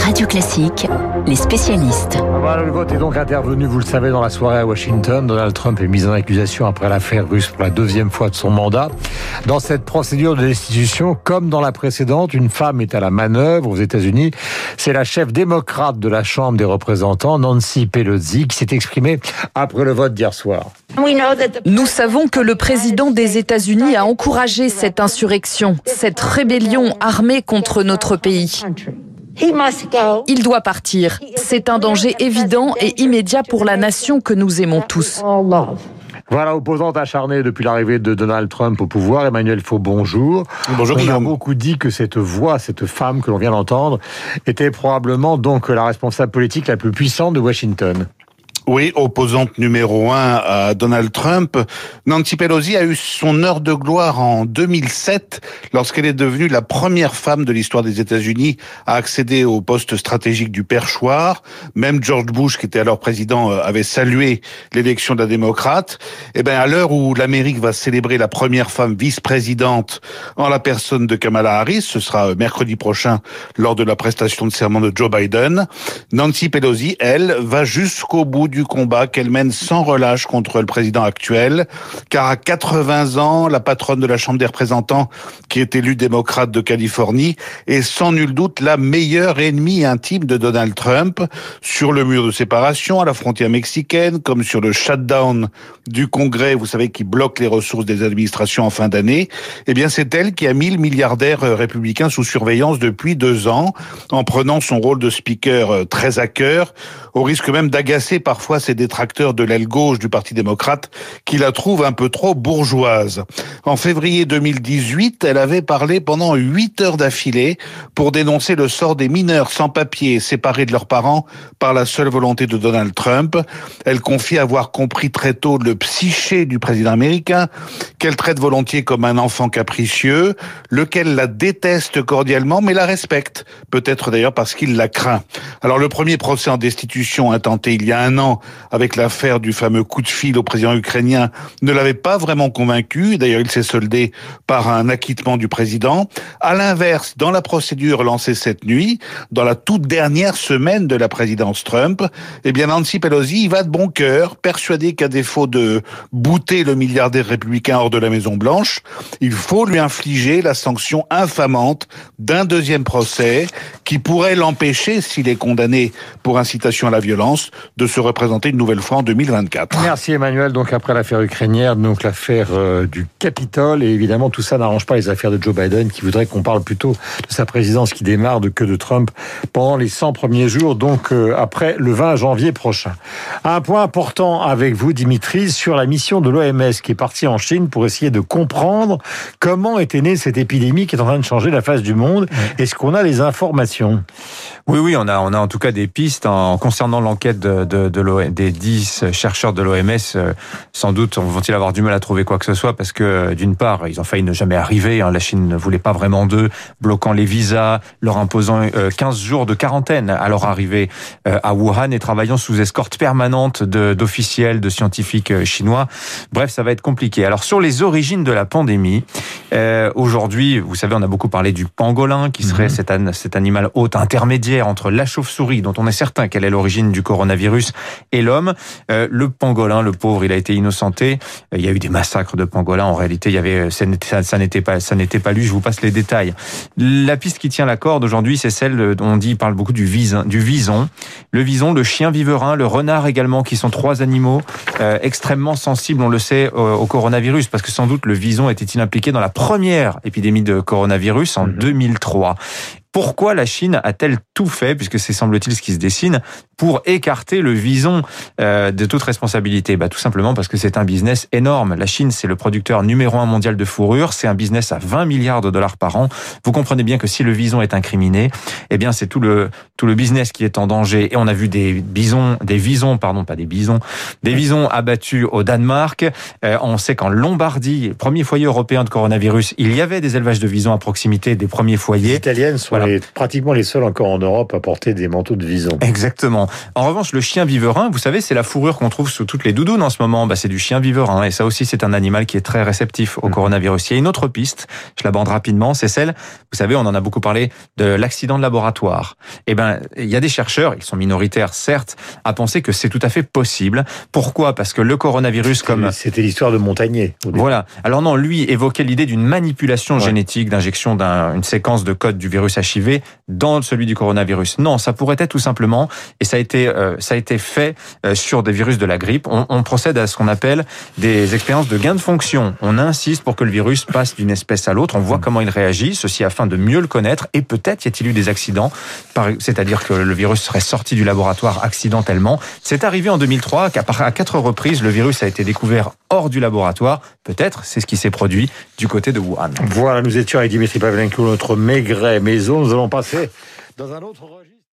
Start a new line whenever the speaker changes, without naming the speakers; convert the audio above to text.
Radio Classique, les spécialistes.
Voilà, le vote est donc intervenu, vous le savez, dans la soirée à Washington. Donald Trump est mis en accusation après l'affaire russe pour la deuxième fois de son mandat. Dans cette procédure de destitution, comme dans la précédente, une femme est à la manœuvre aux États-Unis. C'est la chef démocrate de la Chambre des représentants, Nancy Pelosi, qui s'est exprimée après le vote d'hier soir.
Nous savons que le président des États-Unis a encouragé cette insurrection, cette rébellion armée contre notre pays. Il doit partir. C'est un danger évident et immédiat pour la nation que nous aimons tous.
Voilà, opposante acharnée depuis l'arrivée de Donald Trump au pouvoir. Emmanuel Faux, bonjour.
Bonjour Guillaume.
On a beaucoup dit que cette voix, cette femme que l'on vient d'entendre, était probablement donc la responsable politique la plus puissante de Washington.
Oui, opposante numéro 1 à Donald Trump, Nancy Pelosi a eu son heure de gloire en 2007 lorsqu'elle est devenue la première femme de l'histoire des États-Unis à accéder au poste stratégique du perchoir. Même George Bush, qui était alors président, avait salué l'élection d'un démocrate. Et bien, à l'heure où l'Amérique va célébrer la première femme vice-présidente en la personne de Kamala Harris, ce sera mercredi prochain lors de la prestation de serment de Joe Biden, Nancy Pelosi, elle, va jusqu'au bout du combat qu'elle mène sans relâche contre le président actuel, car à 80 ans, la patronne de la Chambre des représentants, qui est élue démocrate de Californie, est sans nul doute la meilleure ennemie intime de Donald Trump, sur le mur de séparation à la frontière mexicaine, comme sur le shutdown du Congrès, vous savez, qui bloque les ressources des administrations en fin d'année. Eh bien, c'est elle qui a mis le milliardaire républicain sous surveillance depuis 2 ans, en prenant son rôle de speaker très à cœur, au risque même d'agacer parfois ses détracteurs de l'aile gauche du Parti démocrate qui la trouvent un peu trop bourgeoise. En février 2018, elle avait parlé pendant 8 heures d'affilée pour dénoncer le sort des mineurs sans papier séparés de leurs parents par la seule volonté de Donald Trump. Elle confie avoir compris très tôt le psyché du président américain, qu'elle traite volontiers comme un enfant capricieux, lequel la déteste cordialement mais la respecte, peut-être d'ailleurs parce qu'il la craint. Alors le premier procès en destitution intenté il y a 1 an avec l'affaire du fameux coup de fil au président ukrainien ne l'avait pas vraiment convaincu. D'ailleurs, il s'est soldé par un acquittement du président. À l'inverse, dans la procédure lancée cette nuit, dans la toute dernière semaine de la présidence Trump, eh bien Nancy Pelosi y va de bon cœur, persuadée qu'à défaut de bouter le milliardaire républicain hors de la Maison-Blanche, il faut lui infliger la sanction infamante d'un 2e procès qui pourrait l'empêcher, s'il est condamné pour incitation à la violence, de se représenter une nouvelle fois en 2024.
Merci Emmanuel. Donc après l'affaire ukrainienne, donc l'affaire du Capitole, et évidemment tout ça n'arrange pas les affaires de Joe Biden qui voudrait qu'on parle plutôt de sa présidence qui démarre que de Trump pendant les 100 premiers jours, donc après le 20 janvier prochain. Un point important avec vous Dimitri sur la mission de l'OMS qui est partie en Chine pour essayer de comprendre comment était née cette épidémie qui est en train de changer la face du monde. Est-ce qu'on a les informations ?
Oui, on a en tout cas des pistes concernant l'enquête des 10 chercheurs de l'OMS. Sans doute vont-ils avoir du mal à trouver quoi que ce soit parce que d'une part, ils ont failli ne jamais arriver. La Chine ne voulait pas vraiment d'eux, bloquant les visas, leur imposant 15 jours de quarantaine à leur arrivée à Wuhan et travaillant sous escorte permanente d'officiels, de scientifiques chinois. Bref, ça va être compliqué. Alors sur les origines de la pandémie, aujourd'hui, vous savez, on a beaucoup parlé du pangolin qui serait cet animal hôte intermédiaire entre la chauve-souris, dont on est certain qu'elle est l'origine du coronavirus, et l'homme. Le pangolin, le pauvre, il a été innocenté. Il y a eu des massacres de pangolins. En réalité, ça n'était pas lui. Je vous passe les détails. La piste qui tient la corde aujourd'hui, c'est celle dont il parle beaucoup du vison. Le vison, le chien viverin, le renard également, qui sont 3 animaux extrêmement sensibles, on le sait, au coronavirus, parce que sans doute le vison était-il impliqué dans la première épidémie de coronavirus en 2003. Pourquoi la Chine a-t-elle tout fait, puisque c'est semble-t-il ce qui se dessine, pour écarter le vison de toute responsabilité ? Tout simplement parce que c'est un business énorme. La Chine, c'est le producteur numéro 1 mondial de fourrure. C'est un business à 20 milliards de dollars par an. Vous comprenez bien que si le vison est incriminé, eh bien c'est tout le business qui est en danger. Et on a vu des visons abattus au Danemark. On sait qu'en Lombardie, premier foyer européen de coronavirus, il y avait des élevages de visons à proximité des premiers foyers.
Les Italiennes sont pratiquement les seuls encore en Europe à porter des manteaux de vison.
Exactement. En revanche, le chien viverin, vous savez, c'est la fourrure qu'on trouve sous toutes les doudounes en ce moment. C'est du chien viverin. Et ça aussi, c'est un animal qui est très réceptif au coronavirus. Il y a une autre piste, je l'aborde rapidement, c'est celle, vous savez, on en a beaucoup parlé, de l'accident de laboratoire. Il y a des chercheurs, ils sont minoritaires certes, à penser que c'est tout à fait possible. Pourquoi ? Parce que le coronavirus,
C'était l'histoire de Montagnier.
Voilà. Alors non, lui évoquait l'idée d'une manipulation génétique, d'injection d'une séquence de code du virus HIV dans celui du coronavirus. Non, ça pourrait être tout simplement, et ça a été fait sur des virus de la grippe. On procède à ce qu'on appelle des expériences de gain de fonction. On insiste pour que le virus passe d'une espèce à l'autre. On voit comment il réagit, ceci afin de mieux le connaître. Et peut-être y a-t-il eu des accidents, c'est-à-dire que le virus serait sorti du laboratoire accidentellement. C'est arrivé en 2003 qu'à 4 reprises, le virus a été découvert hors du laboratoire. Peut-être c'est ce qui s'est produit du côté de Wuhan.
Voilà, nous étions avec Dimitri Pavlenko, notre Maigret Maison. Nous allons passer dans un autre registre.